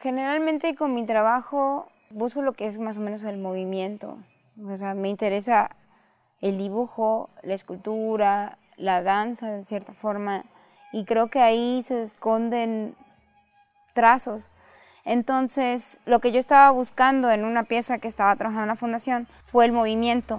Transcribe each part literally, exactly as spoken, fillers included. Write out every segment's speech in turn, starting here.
Generalmente con mi trabajo busco lo que es más o menos el movimiento. O sea, me interesa el dibujo, la escultura, la danza de cierta forma, y creo que ahí se esconden trazos. Entonces, lo que yo estaba buscando en una pieza que estaba trabajando en la fundación fue el movimiento.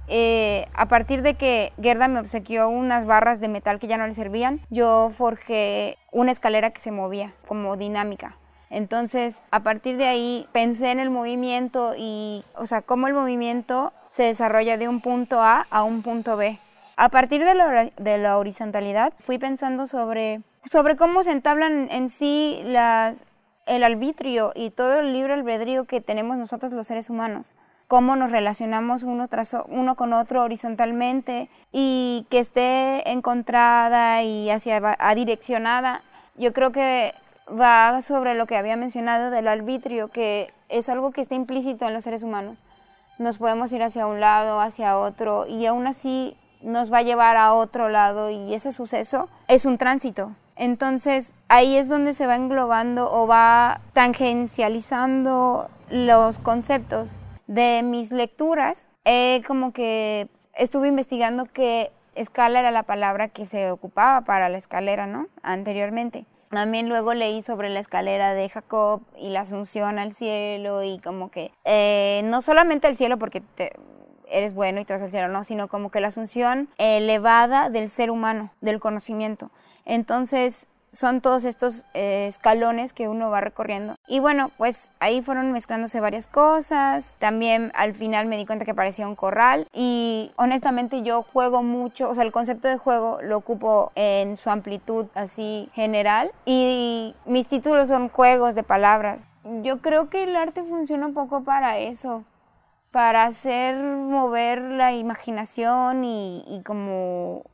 Eh, a partir de que Gerda me obsequió unas barras de metal que ya no le servían, yo forjé una escalera que se movía como dinámica. Entonces, a partir de ahí pensé en el movimiento y, o sea, cómo el movimiento se desarrolla de un punto A a un punto B. A partir de la, de la horizontalidad, fui pensando sobre, sobre cómo se entablan en sí las, el arbitrio y todo el libre albedrío que tenemos nosotros los seres humanos. Cómo nos relacionamos uno, tras, uno con otro horizontalmente y que esté encontrada y hacia, adireccionada. Yo creo que va sobre lo que había mencionado del arbitrio, que es algo que está implícito en los seres humanos. Nos podemos ir hacia un lado, hacia otro, y aún así nos va a llevar a otro lado, y ese suceso es un tránsito. Entonces, ahí es donde se va englobando o va tangencializando los conceptos de mis lecturas. Eh, como que estuve investigando que escala era la palabra que se ocupaba para la escalera, ¿no? Anteriormente. También luego leí sobre la escalera de Jacob y la asunción al cielo, y como que eh, no solamente al cielo porque te, eres bueno y te vas al cielo, no, sino como que la asunción elevada del ser humano, del conocimiento. Entonces son todos estos eh, escalones que uno va recorriendo. Y bueno, pues ahí fueron mezclándose varias cosas. También al final me di cuenta que parecía un corral, y honestamente yo juego mucho, o sea, el concepto de juego lo ocupo en su amplitud así general, y mis títulos son juegos de palabras. Yo creo que el arte funciona un poco para eso, para hacer mover la imaginación y, y como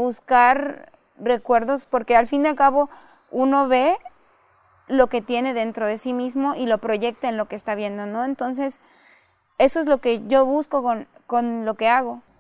buscar recuerdos, porque al fin y al cabo uno ve lo que tiene dentro de sí mismo y lo proyecta en lo que está viendo, ¿no? Entonces, eso es lo que yo busco con, con lo que hago.